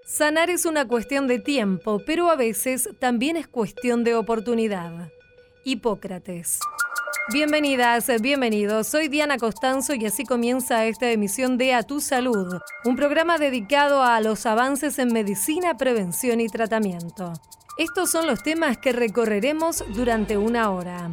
Sanar es una cuestión de tiempo, pero a veces también es cuestión de oportunidad. Hipócrates. Bienvenidas, bienvenidos. Soy Diana Costanzo y así comienza esta emisión de A Tu Salud, un programa dedicado a los avances en medicina, prevención y tratamiento. Estos son los temas que recorreremos durante una hora.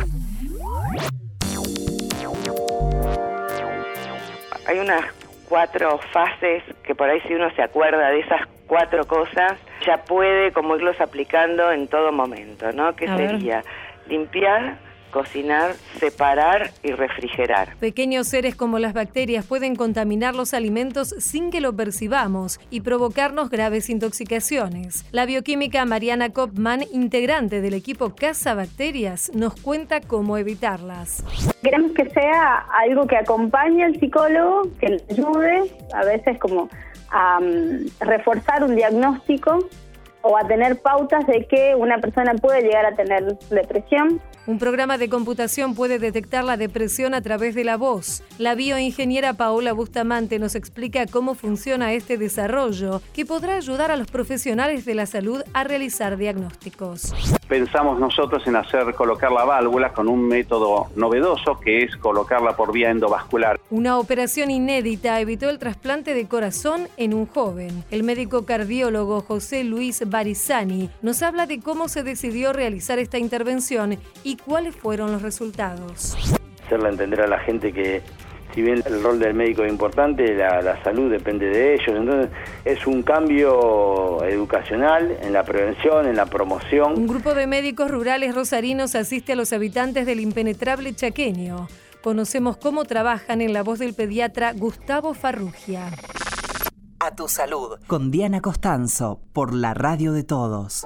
Hay unas 4 fases que por ahí, si uno se acuerda de esas 4 cosas, ya puede como irlos aplicando en todo momento, ¿no? Que sería limpiar, cocinar, separar y refrigerar. Pequeños seres como las bacterias pueden contaminar los alimentos sin que lo percibamos y provocarnos graves intoxicaciones. La bioquímica Mariana Kopman, integrante del equipo Cazabacterias, nos cuenta cómo evitarlas. Queremos que sea algo que acompañe al psicólogo, que le ayude a veces como a reforzar un diagnóstico o a tener pautas de que una persona puede llegar a tener depresión. Un programa de computación puede detectar la depresión a través de la voz. La bioingeniera Paola Bustamante nos explica cómo funciona este desarrollo, que podrá ayudar a los profesionales de la salud a realizar diagnósticos. Pensamos nosotros en colocar la válvula con un método novedoso, que es colocarla por vía endovascular. Una operación inédita evitó el trasplante de corazón en un joven. El médico cardiólogo José Luis Barizani nos habla de cómo se decidió realizar esta intervención y cuáles fueron los resultados. Hacerle entender a la gente que, si bien el rol del médico es importante, la salud depende de ellos. Entonces, es un cambio educacional en la prevención, en la promoción. Un grupo de médicos rurales rosarinos asiste a los habitantes del impenetrable chaqueño. Conocemos cómo trabajan en la voz del pediatra Gustavo Farrugia. A Tu Salud, con Diana Costanzo, por la radio de todos.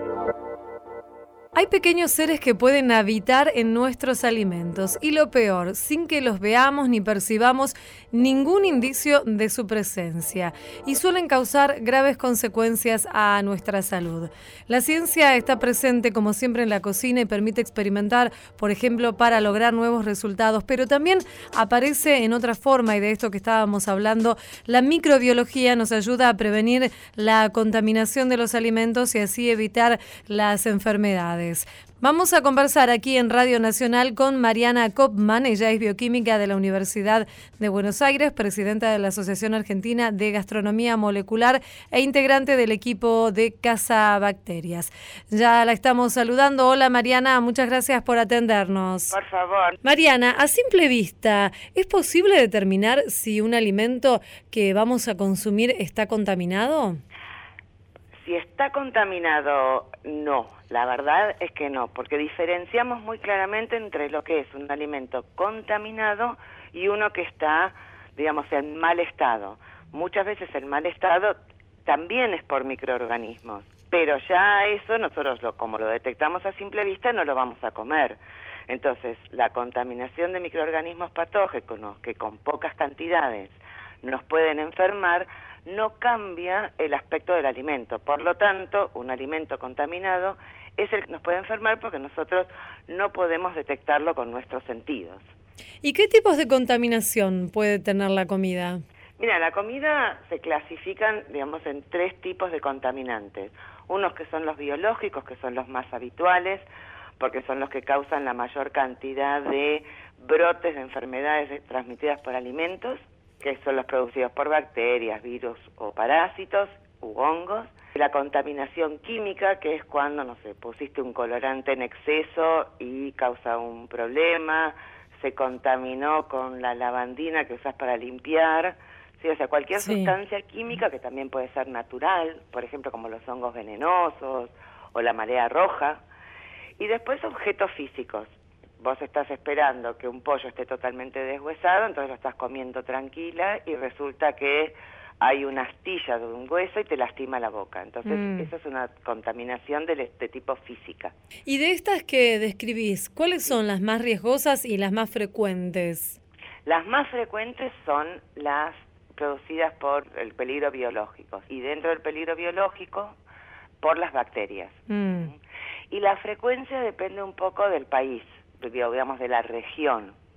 Hay pequeños seres que pueden habitar en nuestros alimentos y lo peor, sin que los veamos ni percibamos ningún indicio de su presencia y suelen causar graves consecuencias a nuestra salud. La ciencia está presente como siempre en la cocina y permite experimentar, por ejemplo, para lograr nuevos resultados, pero también aparece en otra forma, y de esto que estábamos hablando, la microbiología nos ayuda a prevenir la contaminación de los alimentos y así evitar las enfermedades. Vamos a conversar aquí en Radio Nacional con Mariana Kopman. Ella es bioquímica de la Universidad de Buenos Aires, presidenta de la Asociación Argentina de Gastronomía Molecular e integrante del equipo de Cazabacterias. Ya la estamos saludando. Hola Mariana, muchas gracias por atendernos. Por favor. Mariana, a simple vista, ¿es posible determinar si un alimento que vamos a consumir está contaminado? Si está contaminado, no. La verdad es que no, porque diferenciamos muy claramente entre lo que es un alimento contaminado y uno que está, digamos, en mal estado. Muchas veces el mal estado también es por microorganismos, pero ya eso nosotros, como lo detectamos a simple vista, no lo vamos a comer. Entonces, la contaminación de microorganismos patógenos que con pocas cantidades nos pueden enfermar, no cambia el aspecto del alimento. Por lo tanto, un alimento contaminado es el que nos puede enfermar porque nosotros no podemos detectarlo con nuestros sentidos. ¿Y qué tipos de contaminación puede tener la comida? Mira, la comida se clasifican, digamos, en 3 tipos de contaminantes. Unos que son los biológicos, que son los más habituales, porque son los que causan la mayor cantidad de brotes de enfermedades transmitidas por alimentos, que son los producidos por bacterias, virus o parásitos u hongos. La contaminación química, que es cuando, no sé, pusiste un colorante en exceso y causa un problema, se contaminó con la lavandina que usas para limpiar, ¿sí? O sea, cualquier sustancia química que también puede ser natural, por ejemplo, como los hongos venenosos o la marea roja. Y después objetos físicos. Vos estás esperando que un pollo esté totalmente deshuesado, entonces lo estás comiendo tranquila y resulta que hay una astilla de un hueso y te lastima la boca. Entonces, eso es una contaminación de tipo física. Y de estas que describís, ¿cuáles son las más riesgosas y las más frecuentes? Las más frecuentes son las producidas por el peligro biológico y dentro del peligro biológico por las bacterias. Y la frecuencia depende un poco del país, digamos de la región,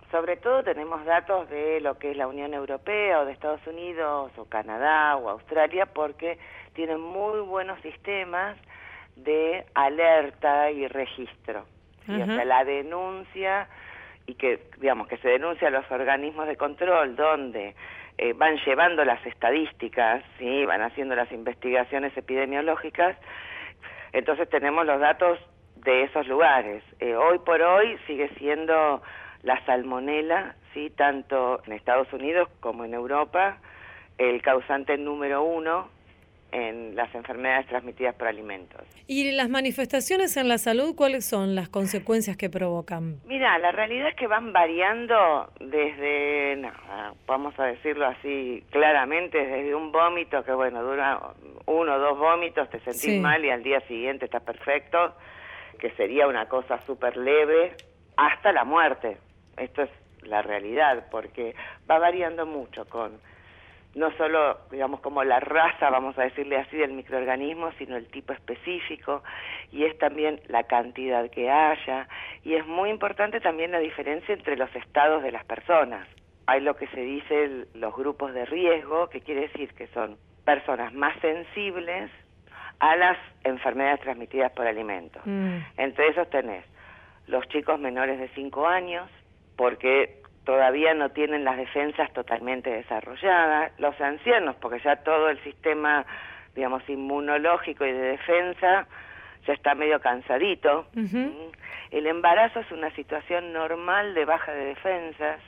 sobre todo tenemos datos de lo que es la Unión Europea o de Estados Unidos o Canadá o Australia, porque tienen muy buenos sistemas de alerta y registro. ¿Sí? O sea, la denuncia, y que, digamos, que se denuncia a los organismos de control donde van llevando las estadísticas, ¿sí? Van haciendo las investigaciones epidemiológicas. Entonces tenemos los datos de esos lugares. Hoy por hoy sigue siendo la salmonela, ¿sí? Tanto en Estados Unidos como en Europa, el causante número 1 en las enfermedades transmitidas por alimentos. ¿Y las manifestaciones en la salud, cuáles son las consecuencias que provocan? Mira, la realidad es que van variando desde, vamos a decirlo así claramente, desde un vómito que, bueno, dura 1 o 2 vómitos, te sentís mal y al día siguiente estás perfecto, que sería una cosa súper leve, hasta la muerte. Esto es la realidad, porque va variando mucho con no solo, digamos, como la raza, vamos a decirle así, del microorganismo, sino el tipo específico, y es también la cantidad que haya, y es muy importante también la diferencia entre los estados de las personas. Hay lo que se dice los grupos de riesgo, que quiere decir que son personas más sensibles a las enfermedades transmitidas por alimentos. Entre esos tenés los chicos menores de 5 años, porque todavía no tienen las defensas totalmente desarrolladas, los ancianos, porque ya todo el sistema, digamos, inmunológico y de defensa ya está medio cansadito. El embarazo es una situación normal de baja de defensas,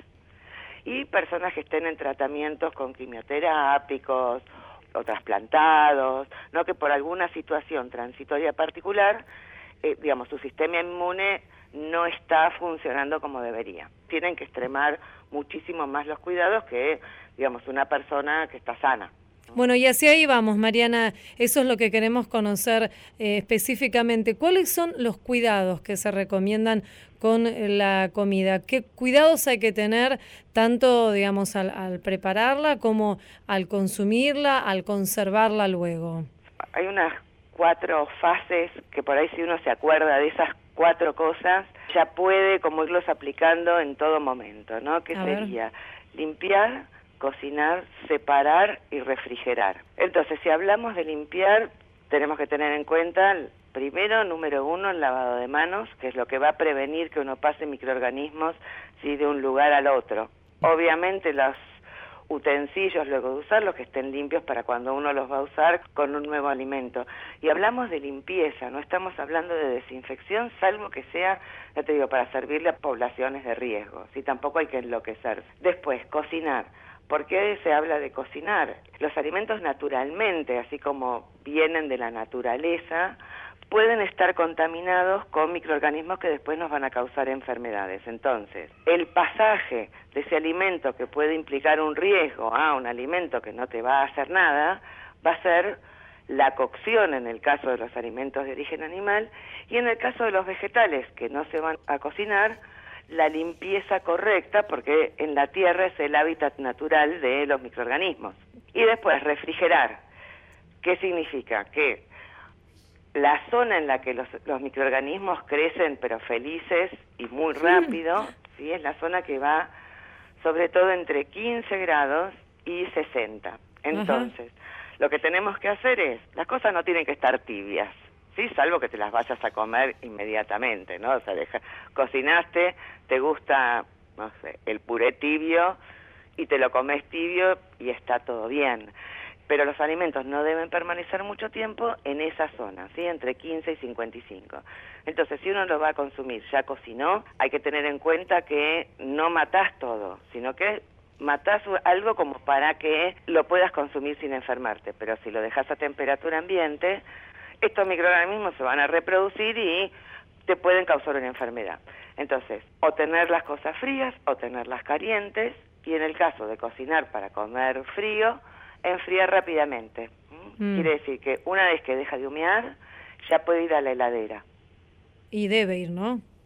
y personas que estén en tratamientos con quimioterápicos o trasplantados, no, que por alguna situación transitoria particular, digamos, su sistema inmune no está funcionando como debería. Tienen que extremar muchísimo más los cuidados que, digamos, una persona que está sana. Bueno, y hacia ahí vamos, Mariana. Eso es lo que queremos conocer específicamente. ¿Cuáles son los cuidados que se recomiendan con la comida? ¿Qué cuidados hay que tener tanto, digamos, al prepararla como al consumirla, al conservarla luego? Hay unas 4 fases que por ahí, si uno se acuerda de esas 4 cosas, ya puede como irlos aplicando en todo momento, ¿no? Que sería limpiar, cocinar, separar y refrigerar. Entonces, si hablamos de limpiar, tenemos que tener en cuenta, primero, número 1, el lavado de manos, que es lo que va a prevenir que uno pase microorganismos, ¿sí?, de un lugar al otro. Obviamente los utensilios luego de usarlos que estén limpios para cuando uno los va a usar con un nuevo alimento. Y hablamos de limpieza, no estamos hablando de desinfección, salvo que sea, ya te digo, para servirle a poblaciones de riesgo, ¿sí? Tampoco hay que enloquecer. Después, cocinar. ¿Por qué se habla de cocinar? Los alimentos naturalmente, así como vienen de la naturaleza, pueden estar contaminados con microorganismos que después nos van a causar enfermedades. Entonces, el pasaje de ese alimento que puede implicar un riesgo a un alimento que no te va a hacer nada, va a ser la cocción en el caso de los alimentos de origen animal, y en el caso de los vegetales que no se van a cocinar, la limpieza correcta, porque en la tierra es el hábitat natural de los microorganismos. Y después, refrigerar. ¿Qué significa? Que la zona en la que los microorganismos crecen, pero felices y muy rápido, ¿sí?, es la zona que va sobre todo entre 15 grados y 60. Entonces, lo que tenemos que hacer es, las cosas no tienen que estar tibias, ¿sí?, salvo que te las vayas a comer inmediatamente, ¿no? O sea, cocinaste, te gusta, no sé, el puré tibio y te lo comes tibio y está todo bien. Pero los alimentos no deben permanecer mucho tiempo en esa zona, ¿sí?, entre 15 y 55. Entonces, si uno lo va a consumir, ya cocinó, hay que tener en cuenta que no matás todo, sino que matás algo como para que lo puedas consumir sin enfermarte. Pero si lo dejas a temperatura ambiente, estos microorganismos se van a reproducir y te pueden causar una enfermedad. Entonces, o tener las cosas frías o tenerlas calientes, y en el caso de cocinar para comer frío, enfriar rápidamente. Quiere decir que una vez que deja de humear, ya puede ir a la heladera. Y debe ir, ¿no?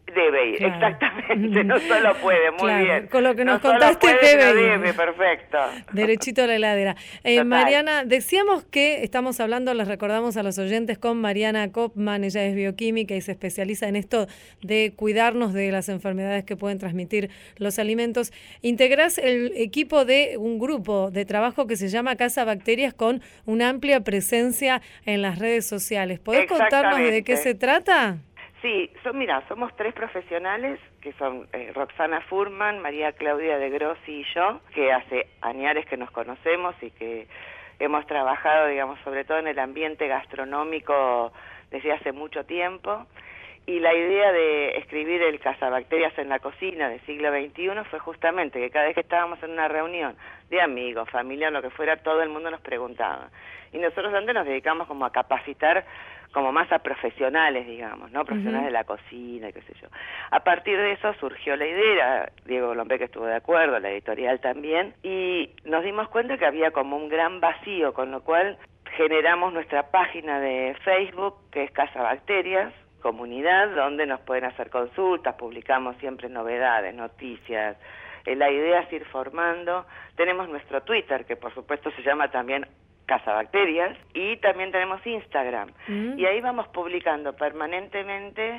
Debe ir, Claro. Exactamente, no solo puede, muy Claro, bien. con lo que nos no contaste solo puede, debe sino ir. Perfecto. Derechito a la heladera. Total. Mariana, decíamos que estamos hablando, les recordamos a los oyentes, con Mariana Kopman. Ella es bioquímica y se especializa en esto de cuidarnos de las enfermedades que pueden transmitir los alimentos. Integrás el equipo de un grupo de trabajo que se llama Casa Bacterias, con una amplia presencia en las redes sociales. ¿Podés contarnos de qué se trata? Sí, somos 3 profesionales, que son Roxana Furman, María Claudia de Grossi y yo, que hace añares que nos conocemos y que hemos trabajado, digamos, sobre todo en el ambiente gastronómico desde hace mucho tiempo. Y la idea de escribir el Cazabacterias en la cocina del siglo XXI fue justamente que cada vez que estábamos en una reunión de amigos, familia, lo que fuera, todo el mundo nos preguntaba. Y nosotros antes nos dedicamos como a capacitar como más a profesionales, digamos, ¿no? Profesionales de la cocina, qué sé yo. A partir de eso surgió la idea, Diego Golombek estuvo de acuerdo, la editorial también, y nos dimos cuenta que había como un gran vacío, con lo cual generamos nuestra página de Facebook, que es Cazabacterias, comunidad, donde nos pueden hacer consultas, publicamos siempre novedades, noticias. La idea es ir formando. Tenemos nuestro Twitter, que por supuesto se llama también Cazabacterias, y también tenemos Instagram. Y ahí vamos publicando permanentemente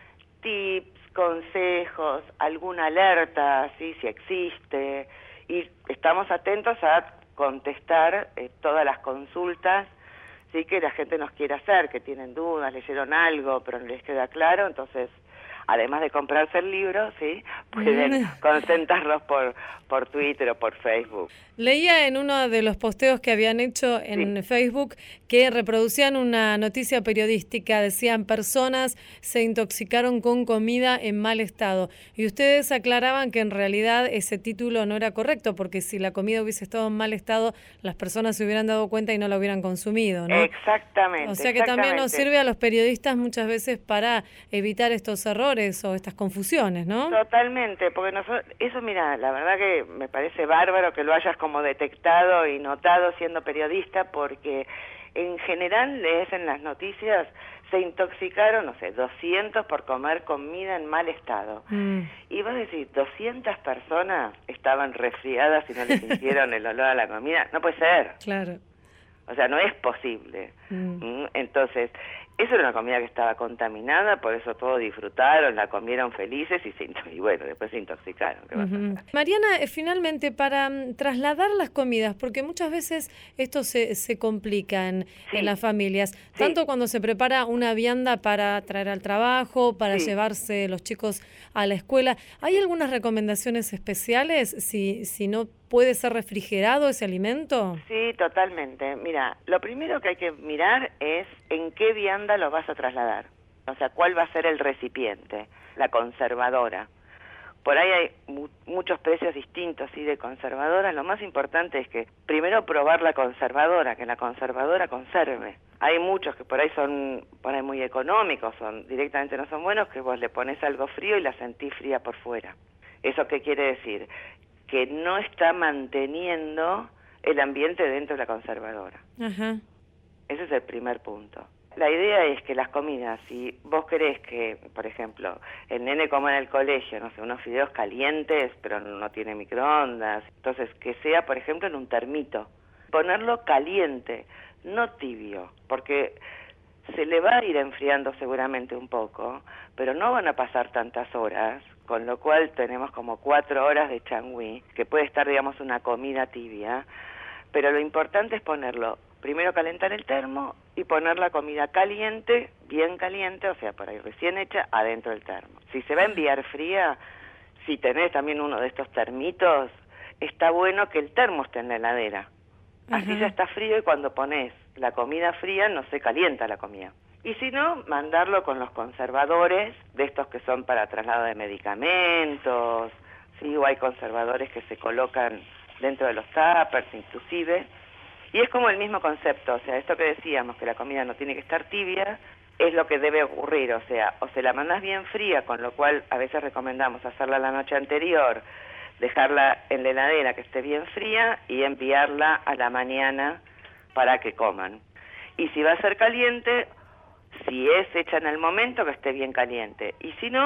tips, consejos, alguna alerta, ¿sí? Si existe, y estamos atentos a contestar todas las consultas, sí, que la gente nos quiere hacer, que tienen dudas, leyeron algo, pero no les queda claro. Entonces, además de comprarse el libro, sí, pueden concentrarlos por Twitter o por Facebook. Leía en uno de los posteos que habían hecho en Facebook que reproducían una noticia periodística. Decían: personas se intoxicaron con comida en mal estado. Y ustedes aclaraban que en realidad ese título no era correcto, porque si la comida hubiese estado en mal estado, las personas se hubieran dado cuenta y no la hubieran consumido, ¿no? Exactamente. O sea que también nos sirve a los periodistas muchas veces para evitar estos errores o estas confusiones, ¿no? Totalmente, porque nosotros, eso, mira, la verdad que me parece bárbaro que lo hayas como detectado y notado siendo periodista, porque en general lees en las noticias: se intoxicaron, no sé, 200 por comer comida en mal estado. Y vos decís, 200 personas estaban resfriadas y no les sintieron el olor a la comida. No puede ser. Claro. O sea, no es posible. Entonces, eso era una comida que estaba contaminada, por eso todos disfrutaron, la comieron felices y bueno, después se intoxicaron. ¿Qué va a pasar? Mariana, finalmente, para trasladar las comidas, porque muchas veces esto se complica en las familias, tanto cuando se prepara una vianda para traer al trabajo, para llevarse los chicos a la escuela. ¿Hay algunas recomendaciones especiales si no puede ser refrigerado ese alimento? Sí, totalmente. Mira, lo primero que hay que mirar es en qué vianda lo vas a trasladar. O sea, cuál va a ser el recipiente, la conservadora. Por ahí hay muchos precios distintos, ¿sí?, de conservadoras. Lo más importante es que primero probar la conservadora, que la conservadora conserve. Hay muchos que por ahí son muy económicos, directamente no son buenos, que vos le pones algo frío y la sentís fría por fuera. ¿Eso qué quiere decir? Que no está manteniendo el ambiente dentro de la conservadora. Ajá. Ese es el primer punto. La idea es que las comidas, si vos querés que, por ejemplo, el nene coma en el colegio, no sé, unos fideos calientes, pero no tiene microondas, entonces que sea, por ejemplo, en un termito. Ponerlo caliente, no tibio, porque se le va a ir enfriando seguramente un poco, pero no van a pasar tantas horas, con lo cual tenemos como 4 horas de changüí, que puede estar, digamos, una comida tibia, pero lo importante es ponerlo, primero calentar el termo y poner la comida caliente, bien caliente, o sea, por ahí recién hecha, adentro del termo. Si se va a enviar fría, si tenés también uno de estos termitos, está bueno que el termo esté en la heladera. Así ya está frío y cuando pones la comida fría no se calienta la comida. Y si no, mandarlo con los conservadores, de estos que son para traslado de medicamentos, ¿sí? O hay conservadores que se colocan dentro de los tuppers inclusive. Y es como el mismo concepto, o sea, esto que decíamos, que la comida no tiene que estar tibia, es lo que debe ocurrir, o sea, o se la mandás bien fría, con lo cual a veces recomendamos hacerla la noche anterior, dejarla en la heladera que esté bien fría y enviarla a la mañana para que coman. Y si va a ser caliente, si es hecha en el momento, que esté bien caliente. Y si no,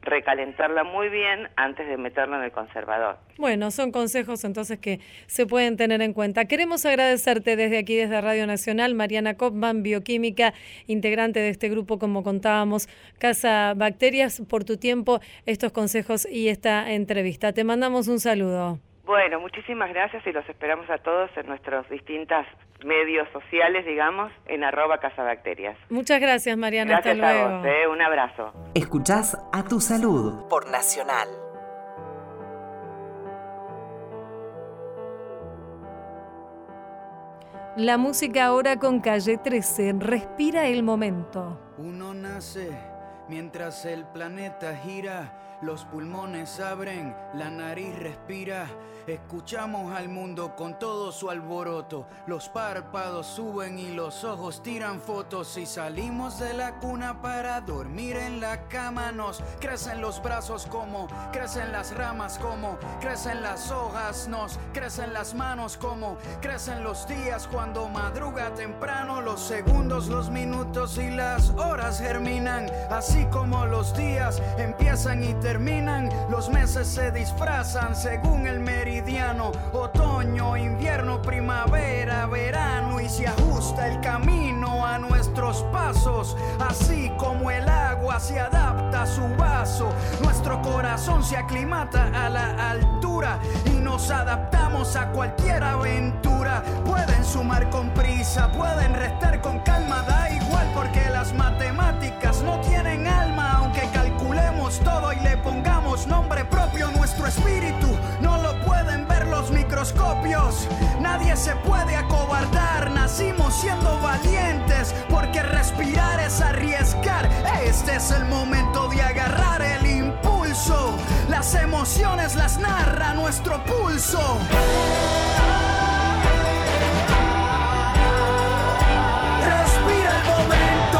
recalentarla muy bien antes de meterla en el conservador. Bueno, son consejos entonces que se pueden tener en cuenta. Queremos agradecerte desde aquí, desde Radio Nacional, Mariana Kopman, bioquímica, integrante de este grupo, como contábamos, Casa Bacterias, por tu tiempo, estos consejos y esta entrevista. Te mandamos un saludo. Bueno, muchísimas gracias y los esperamos a todos en nuestros distintos medios sociales, digamos, en @casabacterias. Muchas gracias, Mariana. Gracias hasta luego. a vos, un abrazo. Escuchás A Tu Salud por Nacional. La música ahora con Calle 13, Respira el momento. Uno nace mientras el planeta gira, los pulmones abren, la nariz respira. Escuchamos al mundo con todo su alboroto, los párpados suben y los ojos tiran fotos. Y salimos de la cuna para dormir en la cama, nos crecen los brazos como crecen las ramas, como crecen las hojas, nos crecen las manos, como crecen los días cuando madruga temprano. Los segundos, los minutos y las horas germinan, así como los días empiezan y terminan. Los meses se disfrazan según el meridiano, otoño, invierno, primavera, verano, y se ajusta el camino a nuestros pasos, así como el agua se adapta a su vaso. Nuestro corazón se aclimata a la altura y nos adaptamos a cualquier aventura. Pueden sumar con prisa, pueden restar con calma, da igual porque las matemáticas no tienen alma. Aunque calculemos todo y le pongamos nombre propio, nuestro espíritu no lo pueden ver los microscopios. Nadie se puede acobardar, nacimos siendo valientes, porque respirar es arriesgar. Este es el momento de agarrar el impulso, las emociones las narra nuestro pulso. Respira el momento.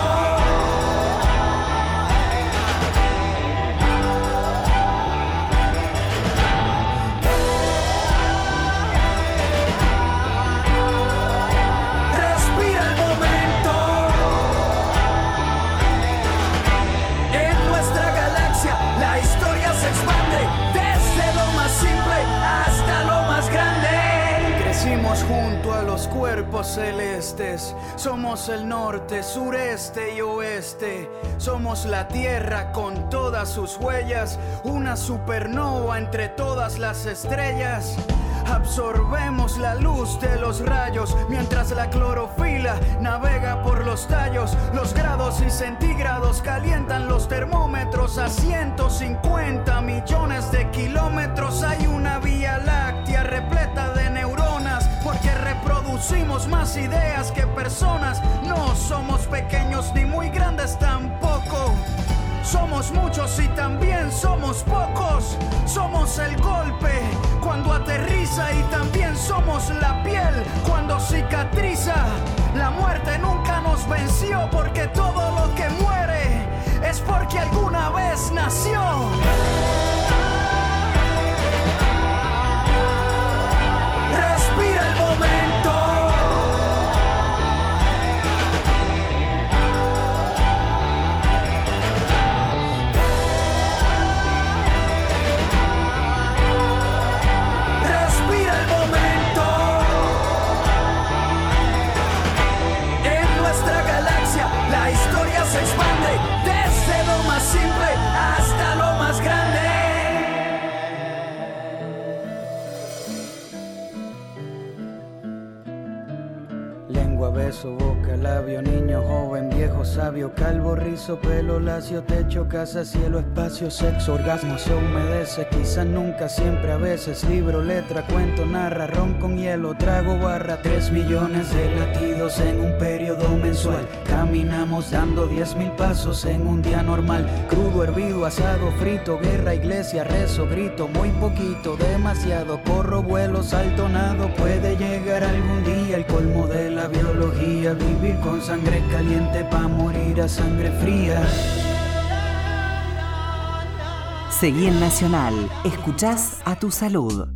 Junto a los cuerpos celestes, somos el norte, sureste y oeste. Somos la tierra con todas sus huellas, una supernova entre todas las estrellas. Absorbemos la luz de los rayos mientras la clorofila navega por los tallos. Los grados y centígrados calientan los termómetros a 150 millones de kilómetros. Hay una vía láctea repleta de neuronas, porque reproducimos más ideas que personas. No somos pequeños ni muy grandes tampoco. Somos muchos y también somos pocos. Somos el golpe cuando aterriza y también somos la piel cuando cicatriza. La muerte nunca nos venció, porque todo lo que muere es porque alguna vez nació. Respira el momento. Se expande desde lo más simple hasta lo más grande. Lengua, beso, boca, labio, niño, joven, viejo, sabio, calvo, rizo, pelo, lacio, techo, casa, cielo, espacio, sexo, orgasmo, se humedece, quizás nunca, siempre, a veces, libro, letra, cuento, narra, ron con hielo, trago, barra, 3 millones de latidos en un periodo mensual. Caminamos dando 10,000 pasos en un día normal. Crudo, hervido, asado, frito, guerra, iglesia, rezo, grito, muy poquito, demasiado, corro, vuelo, salto, nado. Puede llegar algún día el colmo de la biología, vivir con sangre caliente pa' morir a sangre fría. Seguí en Nacional, escuchás A Tu Salud.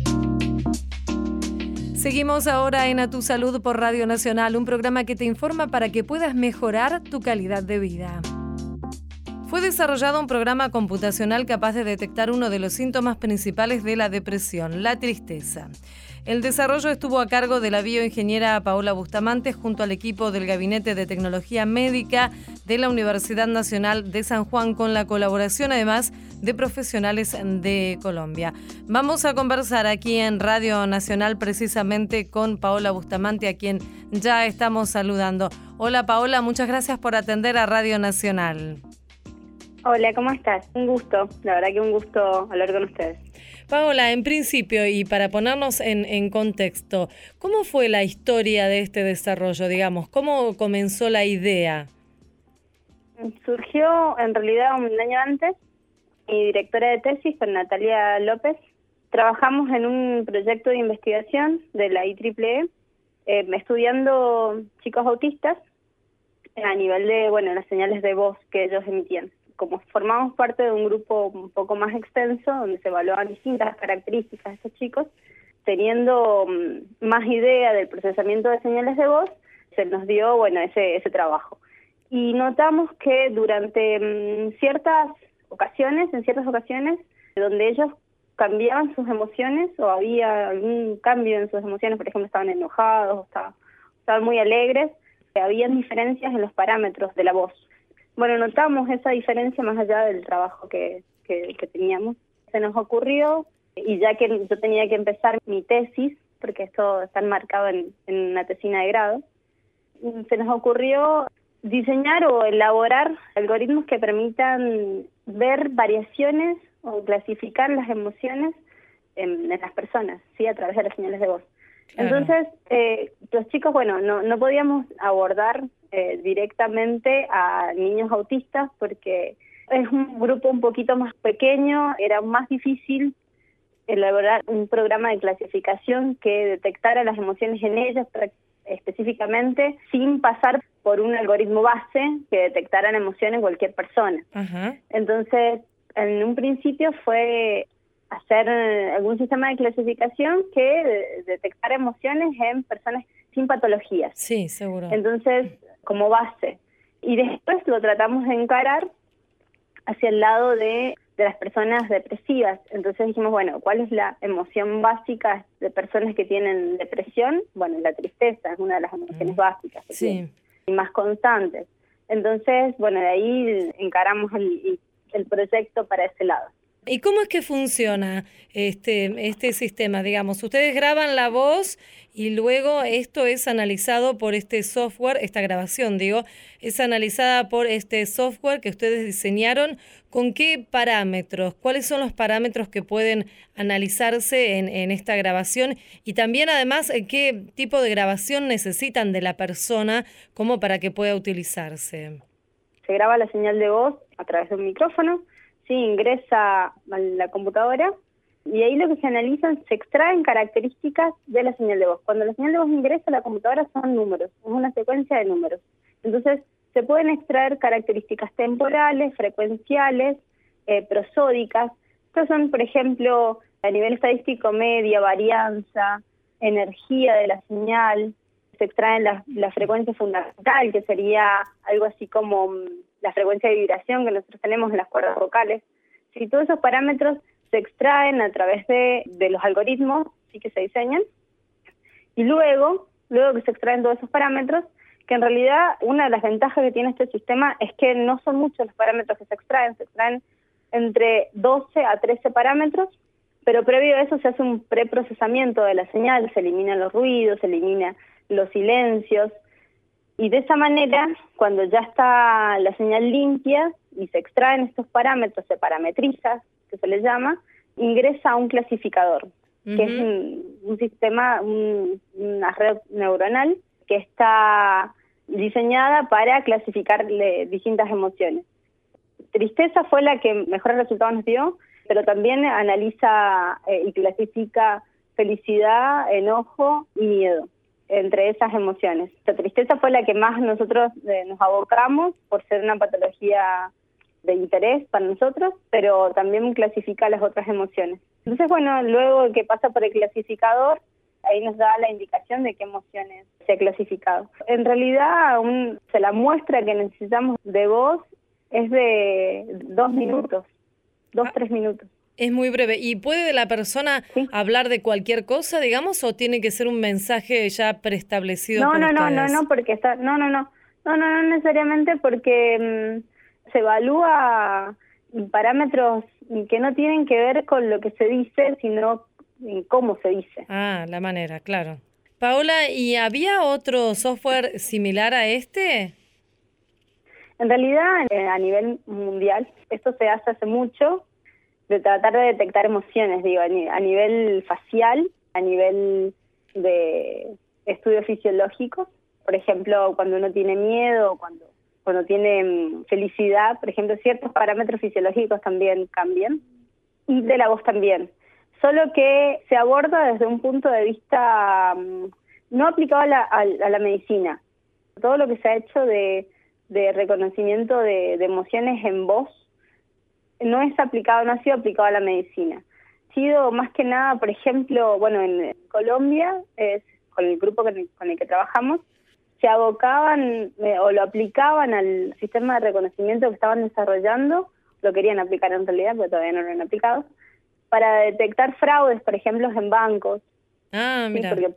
Seguimos ahora en A Tu Salud por Radio Nacional, un programa que te informa para que puedas mejorar tu calidad de vida. Fue desarrollado un programa computacional capaz de detectar uno de los síntomas principales de la depresión, la tristeza. El desarrollo estuvo a cargo de la bioingeniera Paola Bustamante junto al equipo del Gabinete de Tecnología Médica de la Universidad Nacional de San Juan, con la colaboración además de profesionales de Colombia. Vamos a conversar aquí en Radio Nacional precisamente con Paola Bustamante, a quien ya estamos saludando. Hola Paola, muchas gracias por atender a Radio Nacional. Hola, ¿cómo estás? Un gusto, la verdad que un gusto hablar con ustedes. Paola, en principio, y para ponernos en contexto, ¿cómo fue la historia de este desarrollo, digamos? ¿Cómo comenzó la idea? Surgió en realidad un año antes. Mi directora de tesis, con Natalia López, trabajamos en un proyecto de investigación de la IEEE, estudiando chicos autistas a nivel de, las señales de voz que ellos emitían. Como formamos parte de un grupo un poco más extenso, donde se evaluaban distintas características de estos chicos, teniendo más idea del procesamiento de señales de voz, se nos dio, ese trabajo. Y notamos que durante en ciertas ocasiones, donde ellos cambiaban sus emociones o había algún cambio en sus emociones, por ejemplo, estaban enojados, estaban muy alegres, había diferencias en los parámetros de la voz. Notamos esa diferencia más allá del trabajo que teníamos. Se nos ocurrió, y ya que yo tenía que empezar mi tesis, porque esto está enmarcado en una tesina de grado, se nos ocurrió diseñar o elaborar algoritmos que permitan ver variaciones o clasificar las emociones en las personas, ¿sí? A través de las señales de voz. Claro. Entonces, los chicos, no podíamos abordar directamente a niños autistas porque es un grupo un poquito más pequeño, era más difícil elaborar un programa de clasificación que detectara las emociones en ellos específicamente, sin pasar por un algoritmo base que detectaran emociones en cualquier persona. Uh-huh. Entonces, en un principio fue hacer algún sistema de clasificación que detectara emociones en personas sin patologías. Sí, seguro. Entonces, como base. Y después lo tratamos de encarar hacia el lado de las personas depresivas. Entonces dijimos, ¿cuál es la emoción básica de personas que tienen depresión? La tristeza es una de las emociones básicas sí. Y más constantes. Entonces, de ahí encaramos el proyecto para ese lado. ¿Y cómo es que funciona este sistema? Digamos, ustedes graban la voz y luego esto es analizado por este software, esta grabación, es analizada por este software que ustedes diseñaron. ¿Con qué parámetros? ¿Cuáles son los parámetros que pueden analizarse en esta grabación? Y también, además, ¿qué tipo de grabación necesitan de la persona como para que pueda utilizarse? Se graba la señal de voz a través de un micrófono. Sí, ingresa a la computadora y ahí lo que se analizan, se extraen características de la señal de voz. Cuando la señal de voz ingresa a la computadora son números, es una secuencia de números. Entonces, se pueden extraer características temporales, frecuenciales, prosódicas. Estos son, por ejemplo, a nivel estadístico, media, varianza, energía de la señal. Se extraen la frecuencia fundamental, que sería algo así como la frecuencia de vibración que nosotros tenemos en las cuerdas vocales. Si todos esos parámetros se extraen a través de los algoritmos, sí que se diseñan, y luego que se extraen todos esos parámetros, que en realidad una de las ventajas que tiene este sistema es que no son muchos los parámetros que se extraen entre 12 a 13 parámetros, pero previo a eso se hace un preprocesamiento de la señal, se eliminan los ruidos, se elimina los silencios, y de esa manera, cuando ya está la señal limpia y se extraen estos parámetros, se parametriza, que se le llama, ingresa a un clasificador, uh-huh. Que es un sistema, una red neuronal que está diseñada para clasificar distintas emociones. Tristeza fue la que mejores resultados nos dio, pero también analiza y clasifica felicidad, enojo y miedo entre esas emociones. La tristeza fue la que más nosotros nos abocamos por ser una patología de interés para nosotros, pero también clasifica las otras emociones. Entonces, luego que pasa por el clasificador, ahí nos da la indicación de qué emociones se ha clasificado. En realidad, la muestra que necesitamos de voz Es de 2 minutos, 3 minutos. Es muy breve. ¿Y puede la persona hablar de cualquier cosa, digamos, o tiene que ser un mensaje ya preestablecido por ustedes? No, porque está, no necesariamente, porque se evalúa parámetros que no tienen que ver con lo que se dice, sino en cómo se dice. Ah, la manera, claro. Paola, ¿y había otro software similar a este? En realidad, a nivel mundial, esto se hace mucho, de tratar de detectar emociones, digo, a nivel facial, a nivel de estudio fisiológico. Por ejemplo, cuando uno tiene miedo, cuando tiene felicidad, por ejemplo, ciertos parámetros fisiológicos también cambian, y de la voz también. Solo que se aborda desde un punto de vista no aplicado a la medicina. Todo lo que se ha hecho de reconocimiento de emociones en voz no ha sido aplicado a la medicina. Ha sido más que nada, por ejemplo, bueno, en Colombia, con el grupo con el que trabajamos, se abocaban o lo aplicaban al sistema de reconocimiento que estaban desarrollando, lo querían aplicar en realidad, pero todavía no lo han aplicado, para detectar fraudes, por ejemplo, en bancos. Ah, mira. Sí,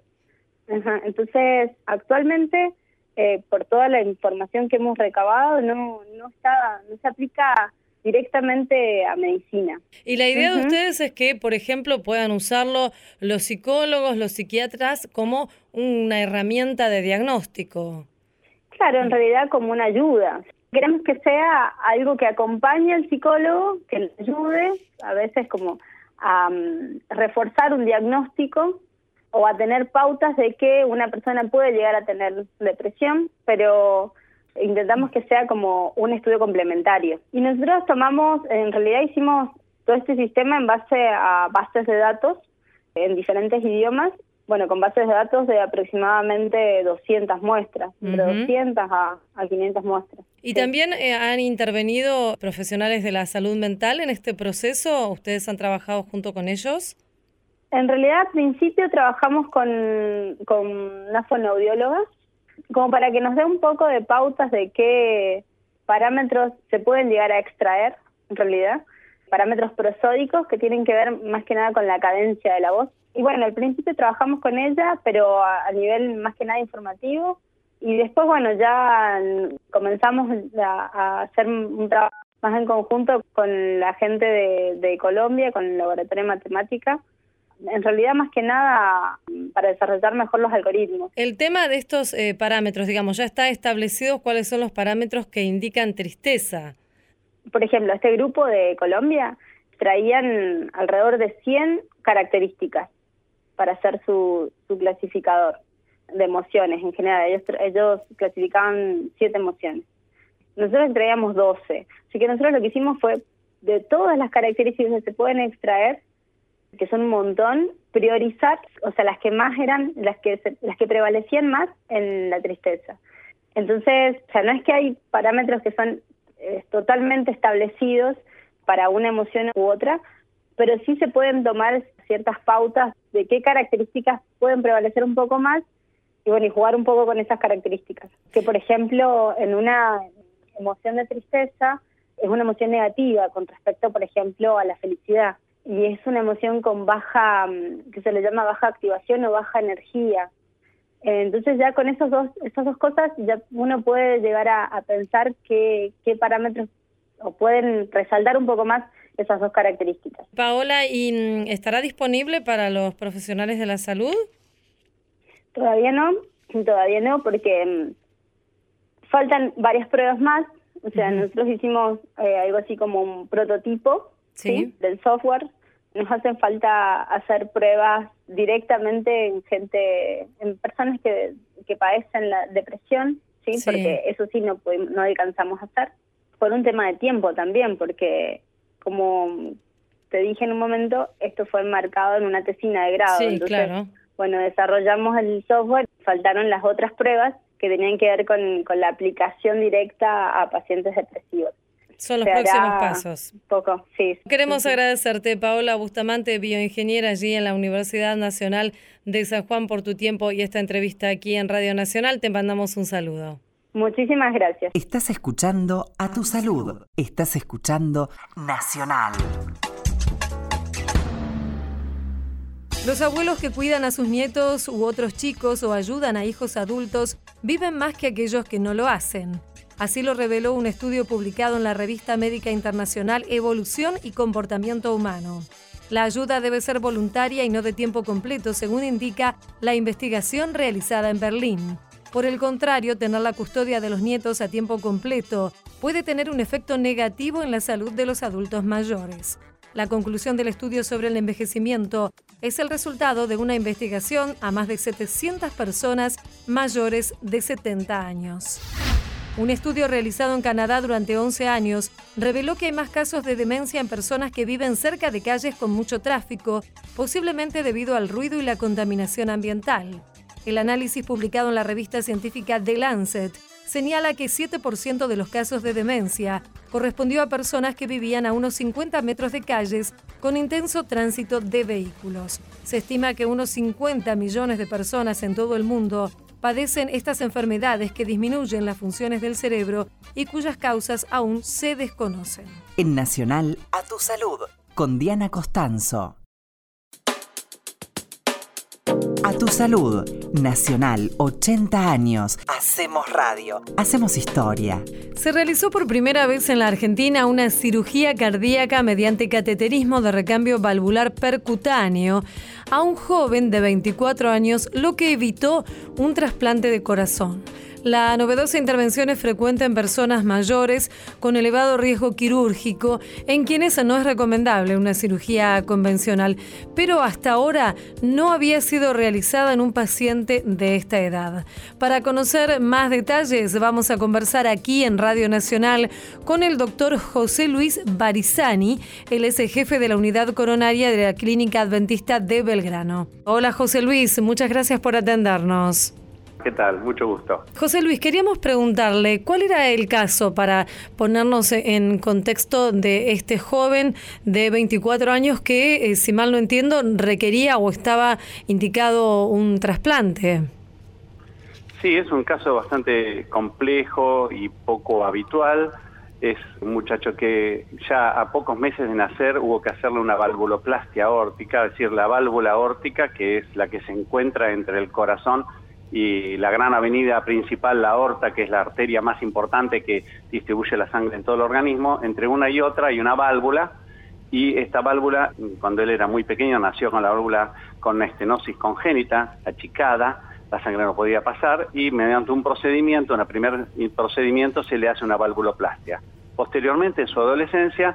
entonces, actualmente, por toda la información que hemos recabado, no se aplica directamente a medicina. Y la idea de ustedes es que, por ejemplo, puedan usarlo los psicólogos, los psiquiatras, como una herramienta de diagnóstico. Claro, en realidad como una ayuda. Queremos que sea algo que acompañe al psicólogo, que le ayude, a veces como a reforzar un diagnóstico o a tener pautas de que una persona puede llegar a tener depresión, pero intentamos que sea como un estudio complementario. Y nosotros en realidad hicimos todo este sistema en base a bases de datos en diferentes idiomas, bueno, con bases de datos de aproximadamente 200 muestras, de 200 a 500 muestras. ¿Y también han intervenido profesionales de la salud mental en este proceso? ¿Ustedes han trabajado junto con ellos? En realidad, al principio trabajamos con una fonoaudióloga, como para que nos dé un poco de pautas de qué parámetros se pueden llegar a extraer, en realidad, parámetros prosódicos que tienen que ver más que nada con la cadencia de la voz. Y bueno, al principio trabajamos con ella, pero a nivel más que nada informativo, y después, bueno, ya comenzamos a hacer un trabajo más en conjunto con la gente de Colombia, con el Laboratorio de Matemática, en realidad más que nada para desarrollar mejor los algoritmos. El tema de estos parámetros, digamos, ya está establecido cuáles son los parámetros que indican tristeza. Por ejemplo, este grupo de Colombia traían alrededor de 100 características para hacer su clasificador de emociones en general. Ellos clasificaban 7 emociones. Nosotros traíamos 12. Así que nosotros lo que hicimos fue, de todas las características que se pueden extraer, que son un montón, priorizar, o sea, las que más eran, las que prevalecían más en la tristeza. Entonces, o sea, no es que hay parámetros que son totalmente establecidos para una emoción u otra, pero sí se pueden tomar ciertas pautas de qué características pueden prevalecer un poco más y bueno, y jugar un poco con esas características. Que por ejemplo, en una emoción de tristeza es una emoción negativa con respecto, por ejemplo, a la felicidad. Y es una emoción con baja, que se le llama baja activación o baja energía. Entonces ya con esas dos cosas ya uno puede llegar a pensar qué parámetros o pueden resaltar un poco más esas dos características. Paola, ¿y estará disponible para los profesionales de la salud? Todavía no, porque faltan varias pruebas más. O sea, nosotros hicimos algo así como un prototipo, ¿sí? Del software. Nos hacen falta hacer pruebas directamente en personas que padecen la depresión, ¿sí? Porque eso sí no alcanzamos a hacer. Por un tema de tiempo también, porque como te dije en un momento, esto fue enmarcado en una tesina de grado. Sí, entonces, claro. Bueno, desarrollamos el software, faltaron las otras pruebas que tenían que ver con la aplicación directa a pacientes depresivos. Son los próximos pasos. Poco, sí. Queremos agradecerte, Paola Bustamante, bioingeniera allí en la Universidad Nacional de San Juan, por tu tiempo y esta entrevista aquí en Radio Nacional. Te mandamos un saludo. Muchísimas gracias. Estás escuchando A Tu Salud. Estás escuchando Nacional. Los abuelos que cuidan a sus nietos u otros chicos o ayudan a hijos adultos viven más que aquellos que no lo hacen. Así lo reveló un estudio publicado en la revista médica internacional Evolución y Comportamiento Humano. La ayuda debe ser voluntaria y no de tiempo completo, según indica la investigación realizada en Berlín. Por el contrario, tener la custodia de los nietos a tiempo completo puede tener un efecto negativo en la salud de los adultos mayores. La conclusión del estudio sobre el envejecimiento es el resultado de una investigación a más de 700 personas mayores de 70 años. Un estudio realizado en Canadá durante 11 años reveló que hay más casos de demencia en personas que viven cerca de calles con mucho tráfico, posiblemente debido al ruido y la contaminación ambiental. El análisis publicado en la revista científica The Lancet señala que 7% de los casos de demencia correspondió a personas que vivían a unos 50 metros de calles con intenso tránsito de vehículos. Se estima que unos 50 millones de personas en todo el mundo padecen estas enfermedades que disminuyen las funciones del cerebro y cuyas causas aún se desconocen. En Nacional, A Tu Salud, con Diana Costanzo. A Tu Salud, Nacional, 80 años. Hacemos radio, hacemos historia. Se realizó por primera vez en la Argentina una cirugía cardíaca mediante cateterismo de recambio valvular percutáneo a un joven de 24 años, lo que evitó un trasplante de corazón. La novedosa intervención es frecuente en personas mayores con elevado riesgo quirúrgico, en quienes no es recomendable una cirugía convencional, pero hasta ahora no había sido realizada en un paciente de esta edad. Para conocer más detalles, vamos a conversar aquí en Radio Nacional con el doctor José Luis Barizani. Él es el jefe de la unidad coronaria de la Clínica Adventista de Belgrano. Hola José Luis, muchas gracias por atendernos. ¿Qué tal? Mucho gusto. José Luis, queríamos preguntarle, ¿cuál era el caso para ponernos en contexto de este joven de 24 años que, si mal no entiendo, requería o estaba indicado un trasplante? Sí, es un caso bastante complejo y poco habitual. Es un muchacho que ya a pocos meses de nacer hubo que hacerle una valvuloplastia aórtica, es decir, la válvula aórtica, que es la que se encuentra entre el corazón y la gran avenida principal, la aorta, que es la arteria más importante que distribuye la sangre en todo el organismo. Entre una y otra hay una válvula, y esta válvula, cuando él era muy pequeño, nació con la válvula con una estenosis congénita, achicada, la sangre no podía pasar, y mediante un procedimiento, en el primer procedimiento, se le hace una valvuloplastia. Posteriormente, en su adolescencia,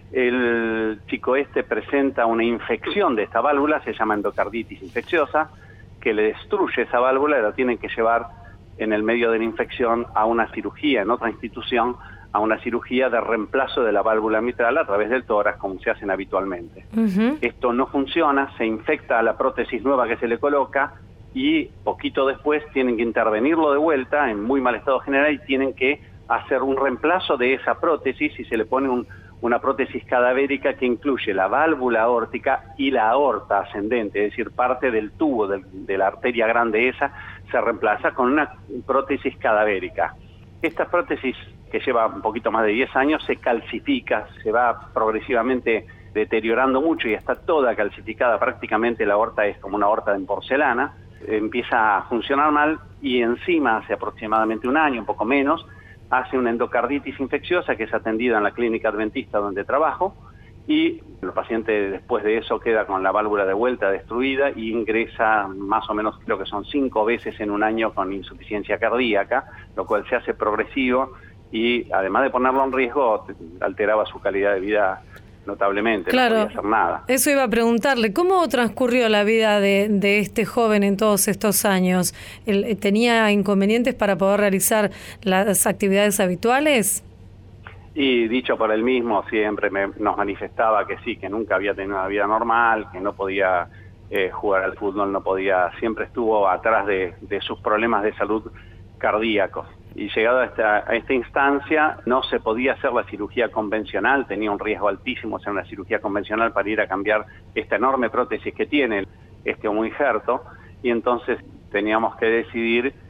el chico presenta una infección de esta válvula, se llama endocarditis infecciosa, que le destruye esa válvula y la tienen que llevar en el medio de la infección a una cirugía en otra institución, a una cirugía de reemplazo de la válvula mitral a través del tórax, como se hacen habitualmente. Esto no funciona, se infecta a la prótesis nueva que se le coloca y poquito después tienen que intervenirlo de vuelta en muy mal estado general y tienen que hacer un reemplazo de esa prótesis y se le pone una prótesis cadavérica que incluye la válvula aórtica y la aorta ascendente, es decir, parte del tubo de la arteria grande esa se reemplaza con una prótesis cadavérica. Esta prótesis, que lleva un poquito más de 10 años, se calcifica, se va progresivamente deteriorando mucho y está toda calcificada, prácticamente la aorta es como una aorta en porcelana, empieza a funcionar mal y encima hace aproximadamente un año, un poco menos, hace una endocarditis infecciosa que es atendida en la clínica adventista donde trabajo y el paciente después de eso queda con la válvula de vuelta destruida y ingresa más o menos, creo que son 5 veces en un año con insuficiencia cardíaca, lo cual se hace progresivo y además de ponerlo en riesgo alteraba su calidad de vida notablemente, claro, no podía hacer nada. Eso iba a preguntarle, ¿cómo transcurrió la vida de este joven en todos estos años? ¿Tenía inconvenientes para poder realizar las actividades habituales? Y dicho por él mismo, siempre nos manifestaba que sí, que nunca había tenido una vida normal, que no podía jugar al fútbol, no podía, siempre estuvo atrás de sus problemas de salud cardíacos. Y llegado a esta instancia no se podía hacer la cirugía convencional, tenía un riesgo altísimo hacer una cirugía convencional para ir a cambiar esta enorme prótesis que tiene este homoinjerto, y entonces teníamos que decidir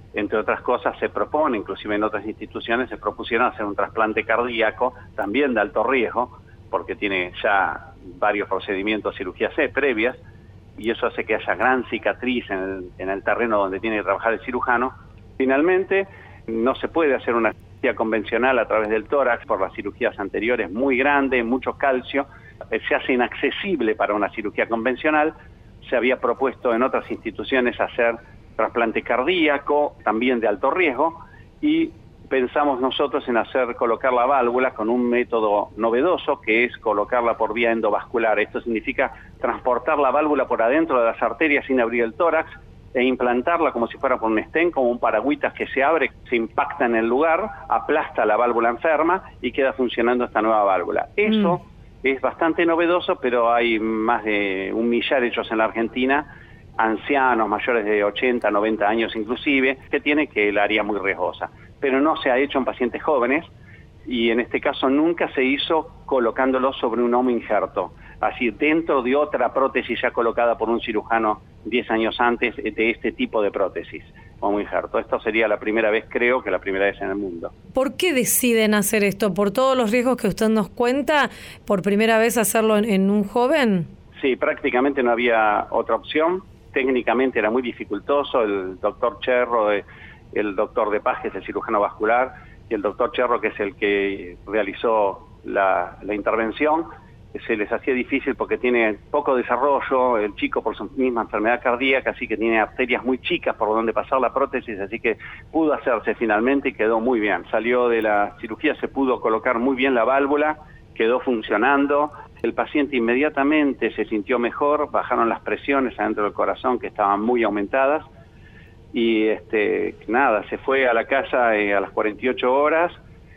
entre otras cosas, se propone, inclusive en otras instituciones, se propusieron hacer un trasplante cardíaco, también de alto riesgo, porque tiene ya varios procedimientos, cirugías previas, y eso hace que haya gran cicatriz en el terreno donde tiene que trabajar el cirujano. Finalmente, no se puede hacer una cirugía convencional a través del tórax por las cirugías anteriores, muy grande, mucho calcio, se hace inaccesible para una cirugía convencional. Se había propuesto en otras instituciones hacer trasplante cardíaco, también de alto riesgo, y pensamos nosotros en colocar la válvula con un método novedoso, que es colocarla por vía endovascular. Esto significa transportar la válvula por adentro de las arterias sin abrir el tórax e implantarla como si fuera por un stent, como un paragüitas que se abre, se impacta en el lugar, aplasta la válvula enferma y queda funcionando esta nueva válvula. Eso es bastante novedoso, pero hay más de 1 millar hechos en la Argentina, ancianos, mayores de 80, 90 años inclusive, que tiene que el área muy riesgosa. Pero no se ha hecho en pacientes jóvenes, y en este caso nunca se hizo colocándolo sobre un homo injerto, así dentro de otra prótesis ya colocada por un cirujano 10 años antes de este tipo de prótesis, homo injerto. Esto sería la primera vez, creo que la primera vez en el mundo. ¿Por qué deciden hacer esto? ¿Por todos los riesgos que usted nos cuenta? ¿Por primera vez hacerlo en un joven? Sí, prácticamente no había otra opción. Técnicamente era muy dificultoso. El doctor Cherro, el doctor de Paz, que es el cirujano vascular, y el doctor Cherro, que es el que realizó la intervención, se les hacía difícil porque tiene poco desarrollo, el chico por su misma enfermedad cardíaca, así que tiene arterias muy chicas por donde pasar la prótesis, así que pudo hacerse finalmente y quedó muy bien. Salió de la cirugía, se pudo colocar muy bien la válvula, quedó funcionando. El paciente inmediatamente se sintió mejor, bajaron las presiones adentro del corazón, que estaban muy aumentadas, y se fue a la casa a las 48 horas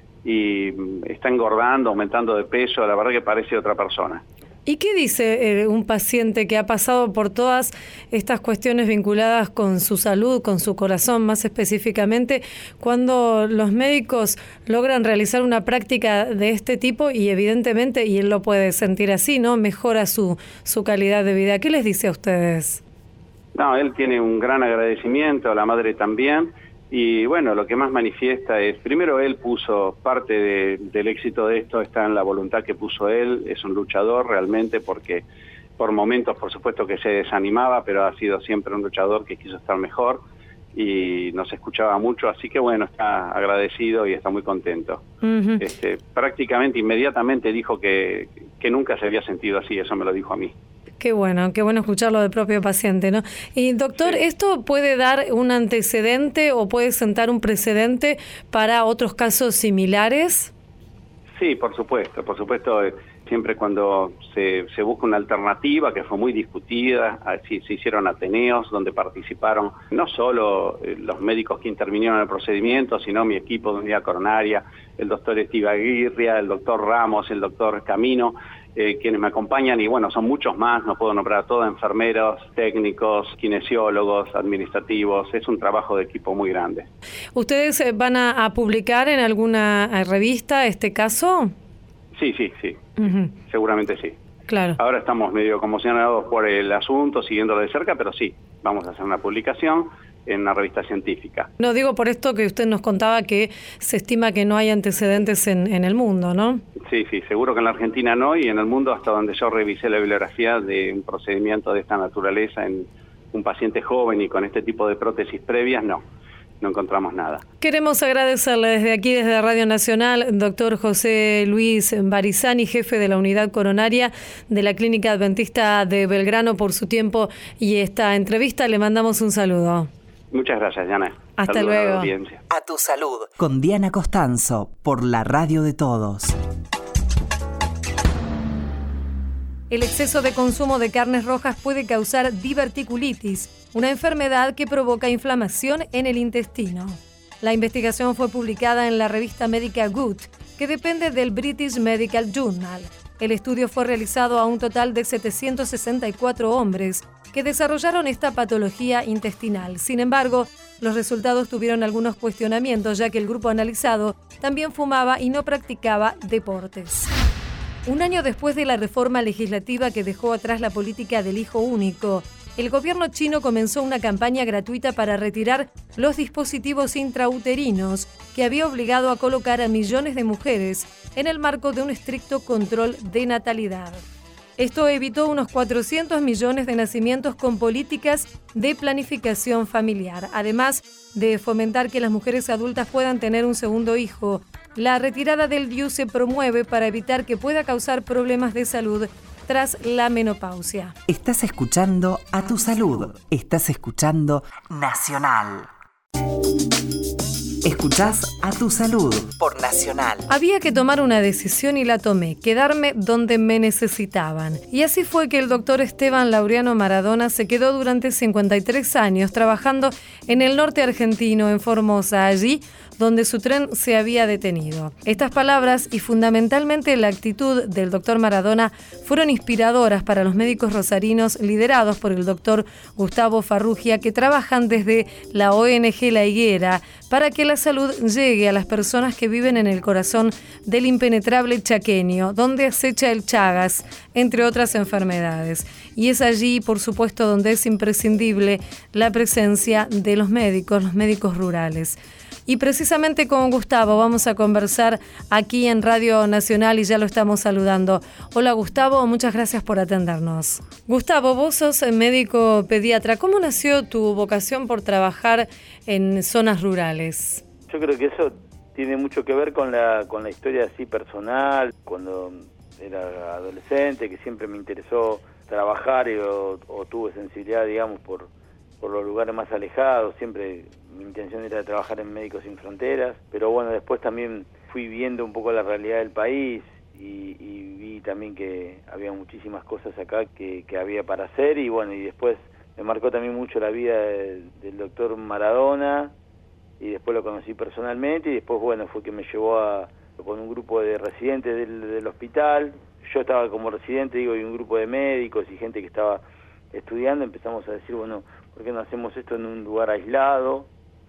y está engordando, aumentando de peso, la verdad que parece otra persona. ¿Y qué dice un paciente que ha pasado por todas estas cuestiones vinculadas con su salud, con su corazón más específicamente, cuando los médicos logran realizar una práctica de este tipo y evidentemente, y él lo puede sentir así, ¿no?, mejora su calidad de vida? ¿Qué les dice a ustedes? No, él tiene un gran agradecimiento, la madre también, y bueno, lo que más manifiesta es, primero él puso parte del éxito de esto, está en la voluntad que puso él, es un luchador realmente, porque por momentos por supuesto que se desanimaba, pero ha sido siempre un luchador que quiso estar mejor y nos escuchaba mucho, así que bueno, está agradecido y está muy contento. Uh-huh. Prácticamente inmediatamente dijo que nunca se había sentido así, eso me lo dijo a mí. Qué bueno escucharlo del propio paciente, ¿no? Y doctor, sí. ¿Esto puede dar un antecedente o puede sentar un precedente para otros casos similares? Sí, por supuesto. Siempre cuando se busca una alternativa, que fue muy discutida, así se hicieron ateneos donde participaron no solo los médicos que intervinieron en el procedimiento, sino mi equipo de unidad coronaria, el doctor Estibaguirria, el doctor Ramos, el doctor Camino, quienes me acompañan, y bueno, son muchos más, no puedo nombrar a todos, enfermeros, técnicos, kinesiólogos, administrativos, es un trabajo de equipo muy grande. ¿Ustedes van a publicar en alguna revista este caso? Sí, uh-huh. Seguramente sí. Claro. Ahora estamos medio conmocionados por el asunto, siguiéndolo de cerca, pero sí, vamos a hacer una publicación en una revista científica. No, digo por esto que usted nos contaba que se estima que no hay antecedentes en el mundo, ¿no? Sí, seguro que en la Argentina no, y en el mundo, hasta donde yo revisé la bibliografía de un procedimiento de esta naturaleza en un paciente joven y con este tipo de prótesis previas, no encontramos nada. Queremos agradecerle desde aquí, desde Radio Nacional, doctor José Luis Barizani, jefe de la unidad coronaria de la Clínica Adventista de Belgrano, por su tiempo y esta entrevista. Le mandamos un saludo. Muchas gracias, Diana. Hasta Saludos luego. A la audiencia. A tu salud. Con Diana Costanzo, por la Radio de Todos. El exceso de consumo de carnes rojas puede causar diverticulitis, una enfermedad que provoca inflamación en el intestino. La investigación fue publicada en la revista médica Good, que depende del British Medical Journal. El estudio fue realizado a un total de 764 hombres que desarrollaron esta patología intestinal. Sin embargo, los resultados tuvieron algunos cuestionamientos, ya que el grupo analizado también fumaba y no practicaba deportes. Un año después de la reforma legislativa que dejó atrás la política del hijo único, el gobierno chino comenzó una campaña gratuita para retirar los dispositivos intrauterinos que había obligado a colocar a millones de mujeres en el marco de un estricto control de natalidad. Esto evitó unos 400 millones de nacimientos con políticas de planificación familiar, además de fomentar que las mujeres adultas puedan tener un segundo hijo. La retirada del DIU se promueve para evitar que pueda causar problemas de salud tras la menopausia. Estás escuchando A Tu Salud. Estás escuchando Nacional. Escuchás A Tu Salud por Nacional. Había que tomar una decisión y la tomé, quedarme donde me necesitaban. Y así fue que el doctor Esteban Laureano Maradona se quedó durante 53 años trabajando en el norte argentino, en Formosa, allí donde su tren se había detenido. Estas palabras y fundamentalmente la actitud del doctor Maradona fueron inspiradoras para los médicos rosarinos liderados por el doctor Gustavo Farrugia, que trabajan desde la ONG La Higuera para que la salud llegue a las personas que viven en el corazón del impenetrable chaqueño, donde acecha el Chagas, entre otras enfermedades. Y es allí, por supuesto, donde es imprescindible la presencia de los médicos rurales. Y precisamente con Gustavo vamos a conversar aquí en Radio Nacional y ya lo estamos saludando. Hola Gustavo, muchas gracias por atendernos. Gustavo, vos sos médico pediatra. ¿Cómo nació tu vocación por trabajar en zonas rurales? Yo creo que eso tiene mucho que ver con la historia así personal. Cuando era adolescente, que siempre me interesó trabajar o tuve sensibilidad, digamos, por los lugares más alejados. Siempre mi intención era trabajar en Médicos Sin Fronteras, pero bueno, después también fui viendo un poco la realidad del país y vi también que había muchísimas cosas acá que había para hacer, y bueno, y después me marcó también mucho la vida del doctor Maradona, y después lo conocí personalmente, y después bueno, fue que me llevó con un grupo de residentes del hospital. Yo estaba como residente, digo, y un grupo de médicos y gente que estaba estudiando. Empezamos a decir, bueno, ¿por qué no hacemos esto en un lugar aislado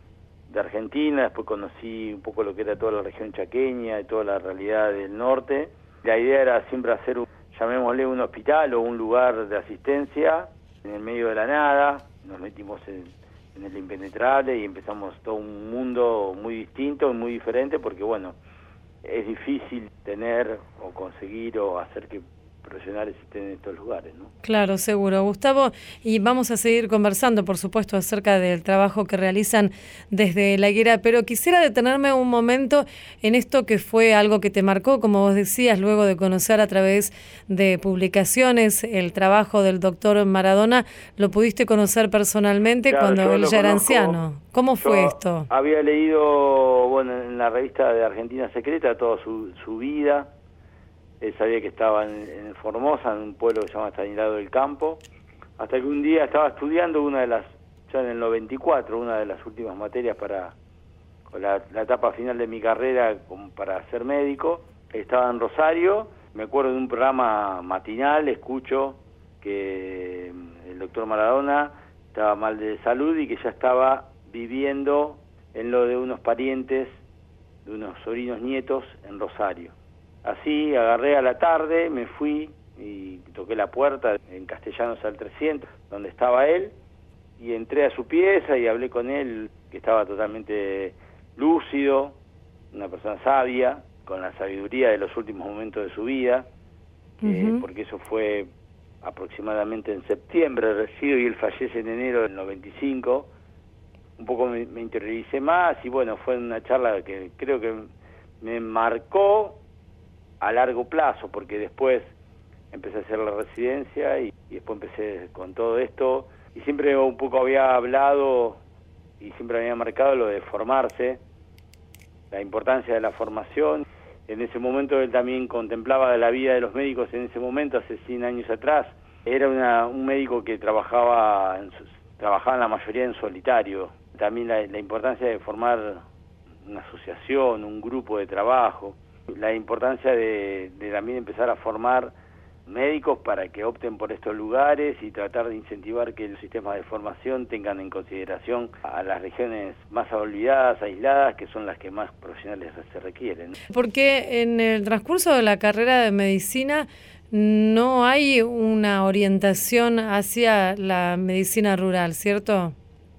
de Argentina? Después conocí un poco lo que era toda la región chaqueña y toda la realidad del norte. La idea era siempre hacer, llamémosle, un hospital o un lugar de asistencia en el medio de la nada. Nos metimos en el impenetrable y empezamos todo un mundo muy distinto y muy diferente, porque bueno, es difícil tener o conseguir o hacer que profesionales estén en estos lugares, ¿no? Claro, seguro. Gustavo, y vamos a seguir conversando, por supuesto, acerca del trabajo que realizan desde La Higuera, pero quisiera detenerme un momento en esto que fue algo que te marcó, como vos decías, luego de conocer a través de publicaciones el trabajo del doctor Maradona. ¿Lo pudiste conocer personalmente, claro, cuando él ya era anciano? ¿Cómo fue esto? Había leído, bueno, en la revista de Argentina Secreta toda su vida. Sabía que estaba en Formosa, en un pueblo que se llama Estanislao del Campo, hasta que un día estaba estudiando ya en el 94, una de las últimas materias con la etapa final de mi carrera para ser médico. Estaba en Rosario, me acuerdo de un programa matinal, escucho que el doctor Maradona estaba mal de salud y que ya estaba viviendo en lo de unos parientes, de unos sobrinos nietos en Rosario. Así agarré a la tarde, me fui y toqué la puerta en Castellanos al 300, donde estaba él, y entré a su pieza y hablé con él, que estaba totalmente lúcido, una persona sabia, con la sabiduría de los últimos momentos de su vida, porque eso fue aproximadamente en septiembre recién, y él fallece en enero del 95. Un poco me interioricé más, y bueno, fue una charla que creo que me marcó a largo plazo, porque después empecé a hacer la residencia y después empecé con todo esto, y siempre un poco había hablado y siempre había marcado lo de formarse, la importancia de la formación. En ese momento él también contemplaba la vida de los médicos en ese momento, hace 100 años atrás. Era un médico que trabajaba en la mayoría en solitario. También la importancia de formar una asociación, un grupo de trabajo. La importancia de también empezar a formar médicos para que opten por estos lugares y tratar de incentivar que los sistemas de formación tengan en consideración a las regiones más olvidadas, aisladas, que son las que más profesionales se requieren. Porque en el transcurso de la carrera de medicina no hay una orientación hacia la medicina rural, ¿cierto?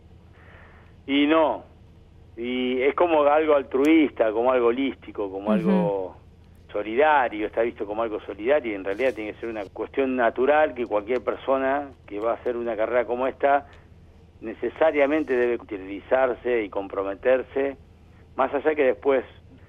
Y no, y es como algo altruista, como algo holístico, como algo solidario, está visto como algo solidario, y en realidad tiene que ser una cuestión natural que cualquier persona que va a hacer una carrera como esta necesariamente debe utilizarse y comprometerse, más allá que después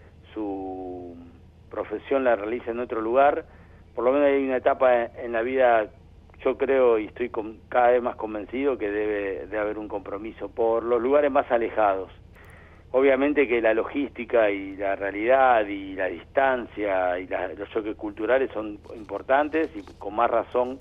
su profesión la realice en otro lugar. Por lo menos hay una etapa en la vida, yo creo y estoy cada vez más convencido que debe de haber un compromiso por los lugares más alejados. Obviamente que la logística y la realidad y la distancia y los choques culturales son importantes, y con más razón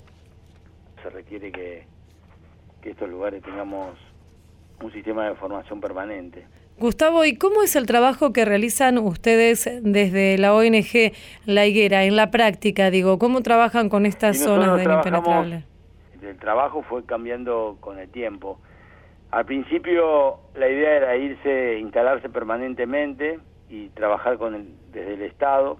se requiere que estos lugares tengamos un sistema de formación permanente. Gustavo, ¿y cómo es el trabajo que realizan ustedes desde la ONG La Higuera, en la práctica, digo? ¿Cómo trabajan con estas zonas del impenetrable? El trabajo fue cambiando con el tiempo. Al principio la idea era instalarse permanentemente y trabajar desde el Estado.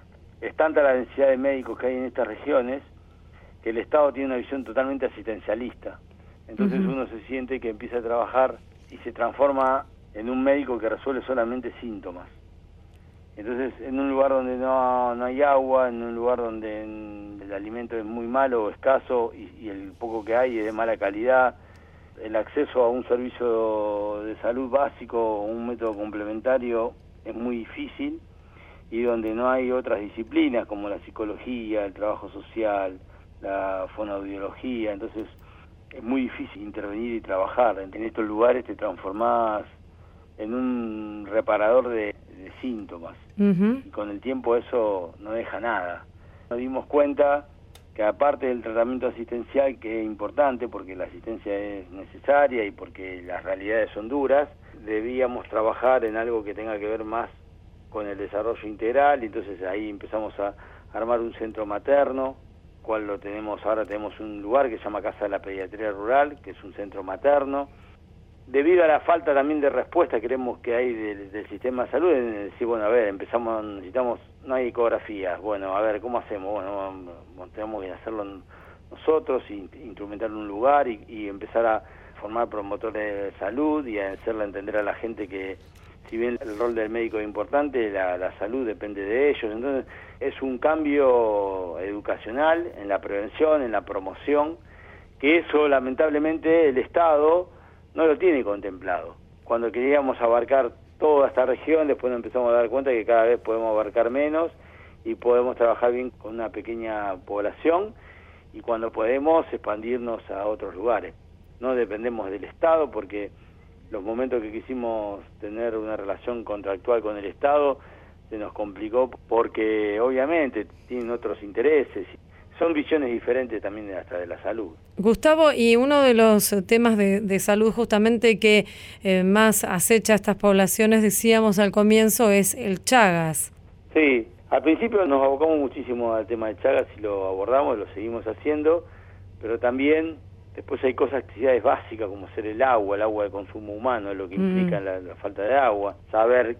Es tanta la densidad de médicos que hay en estas regiones que el Estado tiene una visión totalmente asistencialista. Entonces uno se siente que empieza a trabajar y se transforma en un médico que resuelve solamente síntomas. Entonces, en un lugar donde no hay agua, en un lugar donde el alimento es muy malo o escaso y el poco que hay es de mala calidad, el acceso a un servicio de salud básico o un método complementario es muy difícil, y donde no hay otras disciplinas como la psicología, el trabajo social, la fonoaudiología, entonces es muy difícil intervenir y trabajar. En estos lugares te transformás en un reparador de síntomas, y con el tiempo eso no deja nada. Nos dimos cuenta que aparte del tratamiento asistencial, que es importante porque la asistencia es necesaria y porque las realidades son duras, debíamos trabajar en algo que tenga que ver más con el desarrollo integral, y entonces ahí empezamos a armar un centro materno, cual lo tenemos, ahora tenemos un lugar que se llama Casa de la Pediatría Rural, que es un centro materno. Debido a la falta también de respuesta creemos que hay del sistema de salud, en decir, bueno, a ver, necesitamos, no hay ecografías, bueno, a ver, ¿cómo hacemos? Bueno, tenemos que hacerlo nosotros, instrumentar un lugar y empezar a formar promotores de salud y a hacerle entender a la gente que, si bien el rol del médico es importante, la salud depende de ellos. Entonces, es un cambio educacional en la prevención, en la promoción, que eso lamentablemente el Estado no lo tiene contemplado. Cuando queríamos abarcar toda esta región, después nos empezamos a dar cuenta que cada vez podemos abarcar menos y podemos trabajar bien con una pequeña población, y cuando podemos expandirnos a otros lugares. No dependemos del Estado, porque los momentos que quisimos tener una relación contractual con el Estado se nos complicó porque obviamente tienen otros intereses. Son visiones diferentes también hasta de la salud. Gustavo, y uno de los temas de salud justamente que más acecha a estas poblaciones, decíamos al comienzo, es el Chagas. Sí, al principio nos abocamos muchísimo al tema de Chagas y lo abordamos, lo seguimos haciendo, pero también después hay actividades básicas como ser el agua de consumo humano, es lo que implica la falta de agua. Saber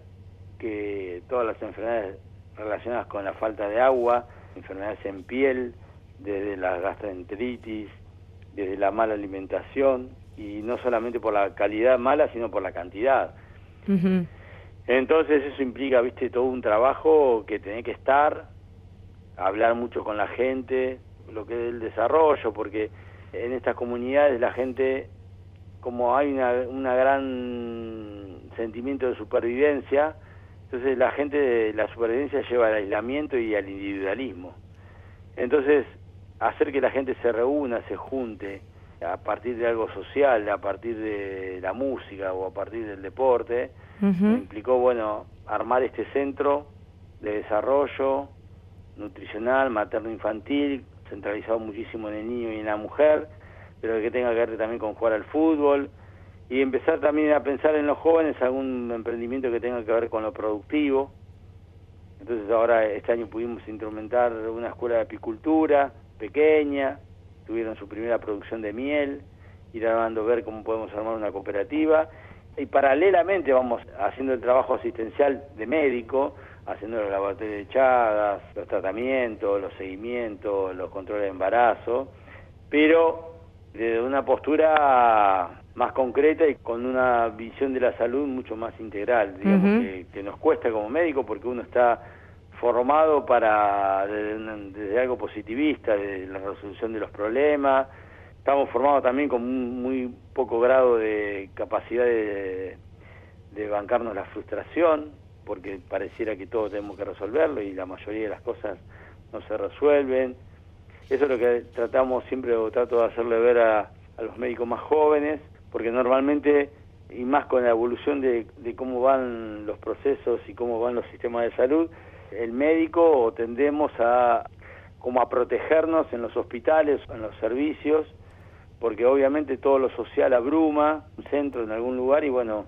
que todas las enfermedades relacionadas con la falta de agua, enfermedades en piel, desde la gastroenteritis, desde la mala alimentación, y no solamente por la calidad mala, sino por la cantidad. Entonces eso implica, todo un trabajo que tenés que estar, hablar mucho con la gente, lo que es el desarrollo, porque en estas comunidades la gente, como hay una gran sentimiento de supervivencia, entonces la supervivencia lleva al aislamiento y al individualismo. Entonces, hacer que la gente se reúna, se junte, a partir de algo social, a partir de la música o a partir del deporte, implicó, armar este centro de desarrollo nutricional, materno-infantil, centralizado muchísimo en el niño y en la mujer, pero que tenga que ver también con jugar al fútbol, y empezar también a pensar en los jóvenes algún emprendimiento que tenga que ver con lo productivo. Entonces ahora este año pudimos instrumentar una escuela de apicultura pequeña, tuvieron su primera producción de miel, ir armando, ver cómo podemos armar una cooperativa, y paralelamente vamos haciendo el trabajo asistencial de médico, haciendo los laboratorios de Chagas, los tratamientos, los seguimientos, los controles de embarazo, pero desde una postura más concreta y con una visión de la salud mucho más integral, digamos, que nos cuesta como médico porque uno está formado desde algo positivista, de la resolución de los problemas. Estamos formados también con muy poco grado de capacidad de bancarnos la frustración, porque pareciera que todos tenemos que resolverlo y la mayoría de las cosas no se resuelven. Eso es lo que tratamos siempre, o trato de hacerle ver a los médicos más jóvenes, porque normalmente, y más con la evolución de cómo van los procesos y cómo van los sistemas de salud, el médico tendemos a protegernos en los hospitales, en los servicios, porque obviamente todo lo social abruma, un centro en algún lugar, y bueno,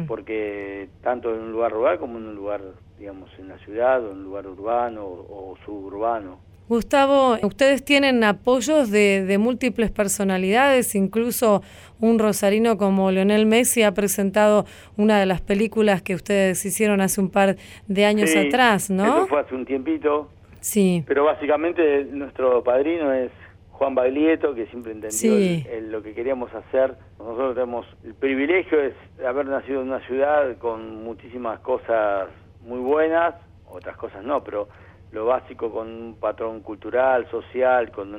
porque tanto en un lugar rural como en un lugar, digamos, en la ciudad, o en un lugar urbano o suburbano. Gustavo, ustedes tienen apoyos de múltiples personalidades, incluso un rosarino como Lionel Messi ha presentado una de las películas que ustedes hicieron hace un par de años atrás, ¿no? Eso fue hace un tiempito. Sí. Pero básicamente nuestro padrino es Juan Baglietto, que siempre entendió lo que queríamos hacer. Nosotros tenemos el privilegio de haber nacido en una ciudad con muchísimas cosas muy buenas, otras cosas no, pero lo básico, con un patrón cultural, social, con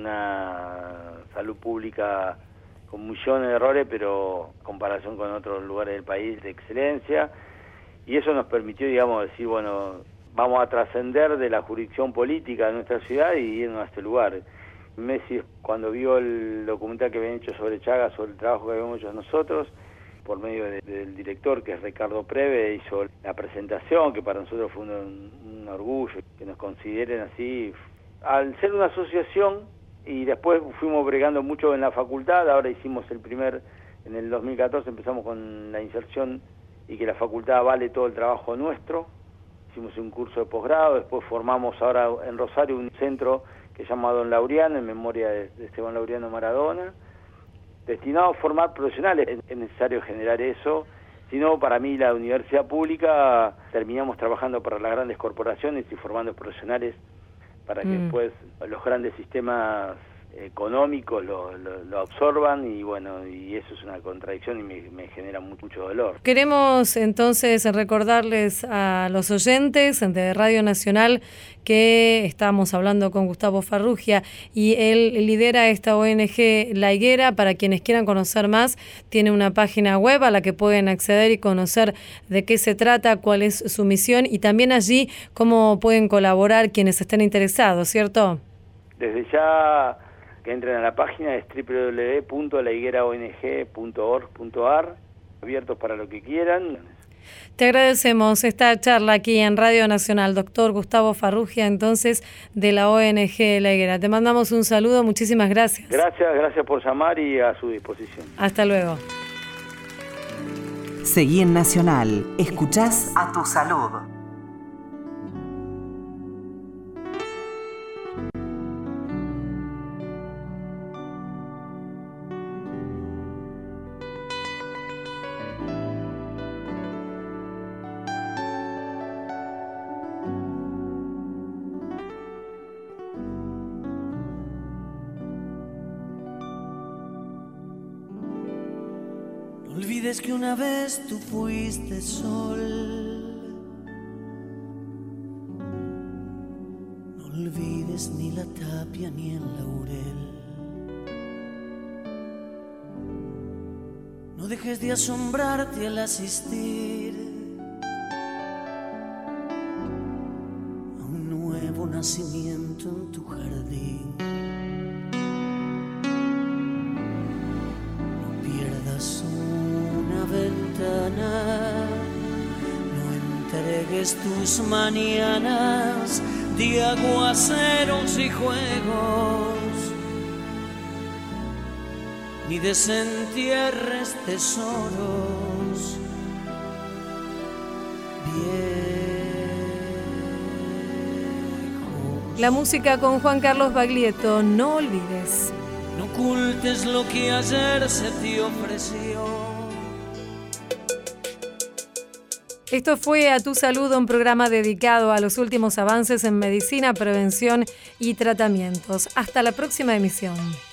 una salud pública con millones de errores, pero en comparación con otros lugares del país de excelencia, y eso nos permitió, digamos, decir, bueno, vamos a trascender de la jurisdicción política de nuestra ciudad y irnos a este lugar. Messi, cuando vio el documental que habían hecho sobre Chagas, sobre el trabajo que habíamos hecho nosotros, por medio del director, que es Ricardo Preve, hizo la presentación, que para nosotros fue un orgullo, que nos consideren así. Al ser una asociación, y después fuimos bregando mucho en la facultad, ahora hicimos en el 2014 empezamos con la inserción y que la facultad vale todo el trabajo nuestro. Hicimos un curso de posgrado, después formamos ahora en Rosario un centro que se llama Don Laureano, en memoria de Esteban Laureano Maradona, destinado a formar profesionales. Es necesario generar eso, si no, para mí la universidad pública terminamos trabajando para las grandes corporaciones y formando profesionales para que después los grandes sistemas económicos lo absorban, y bueno, y eso es una contradicción y me genera mucho dolor. Queremos entonces recordarles a los oyentes de Radio Nacional que estamos hablando con Gustavo Farrugia y él lidera esta ONG La Higuera. Para quienes quieran conocer más, tiene una página web a la que pueden acceder y conocer de qué se trata, cuál es su misión y también allí cómo pueden colaborar quienes estén interesados, ¿cierto? Desde ya que entren a la página, es www.lahigueraong.org.ar, abiertos para lo que quieran. Te agradecemos esta charla aquí en Radio Nacional, doctor Gustavo Farrugia, entonces, de la ONG La Higuera. Te mandamos un saludo, muchísimas gracias. Gracias por llamar y a su disposición. Hasta luego. Seguí en Nacional, escuchás A Tu Salud. No olvides que una vez tú fuiste sol. No olvides ni la tapia ni el laurel. No dejes de asombrarte al asistir a un nuevo nacimiento en tu jardín. No pierdas una ventana, no entregues tus mañanas de aguaceros y juegos, ni desentierres tesoros viejos. La música con Juan Carlos Baglietto, No olvides. No ocultes lo que ayer se te ofreció. Esto fue A Tu Salud, un programa dedicado a los últimos avances en medicina, prevención y tratamientos. Hasta la próxima emisión.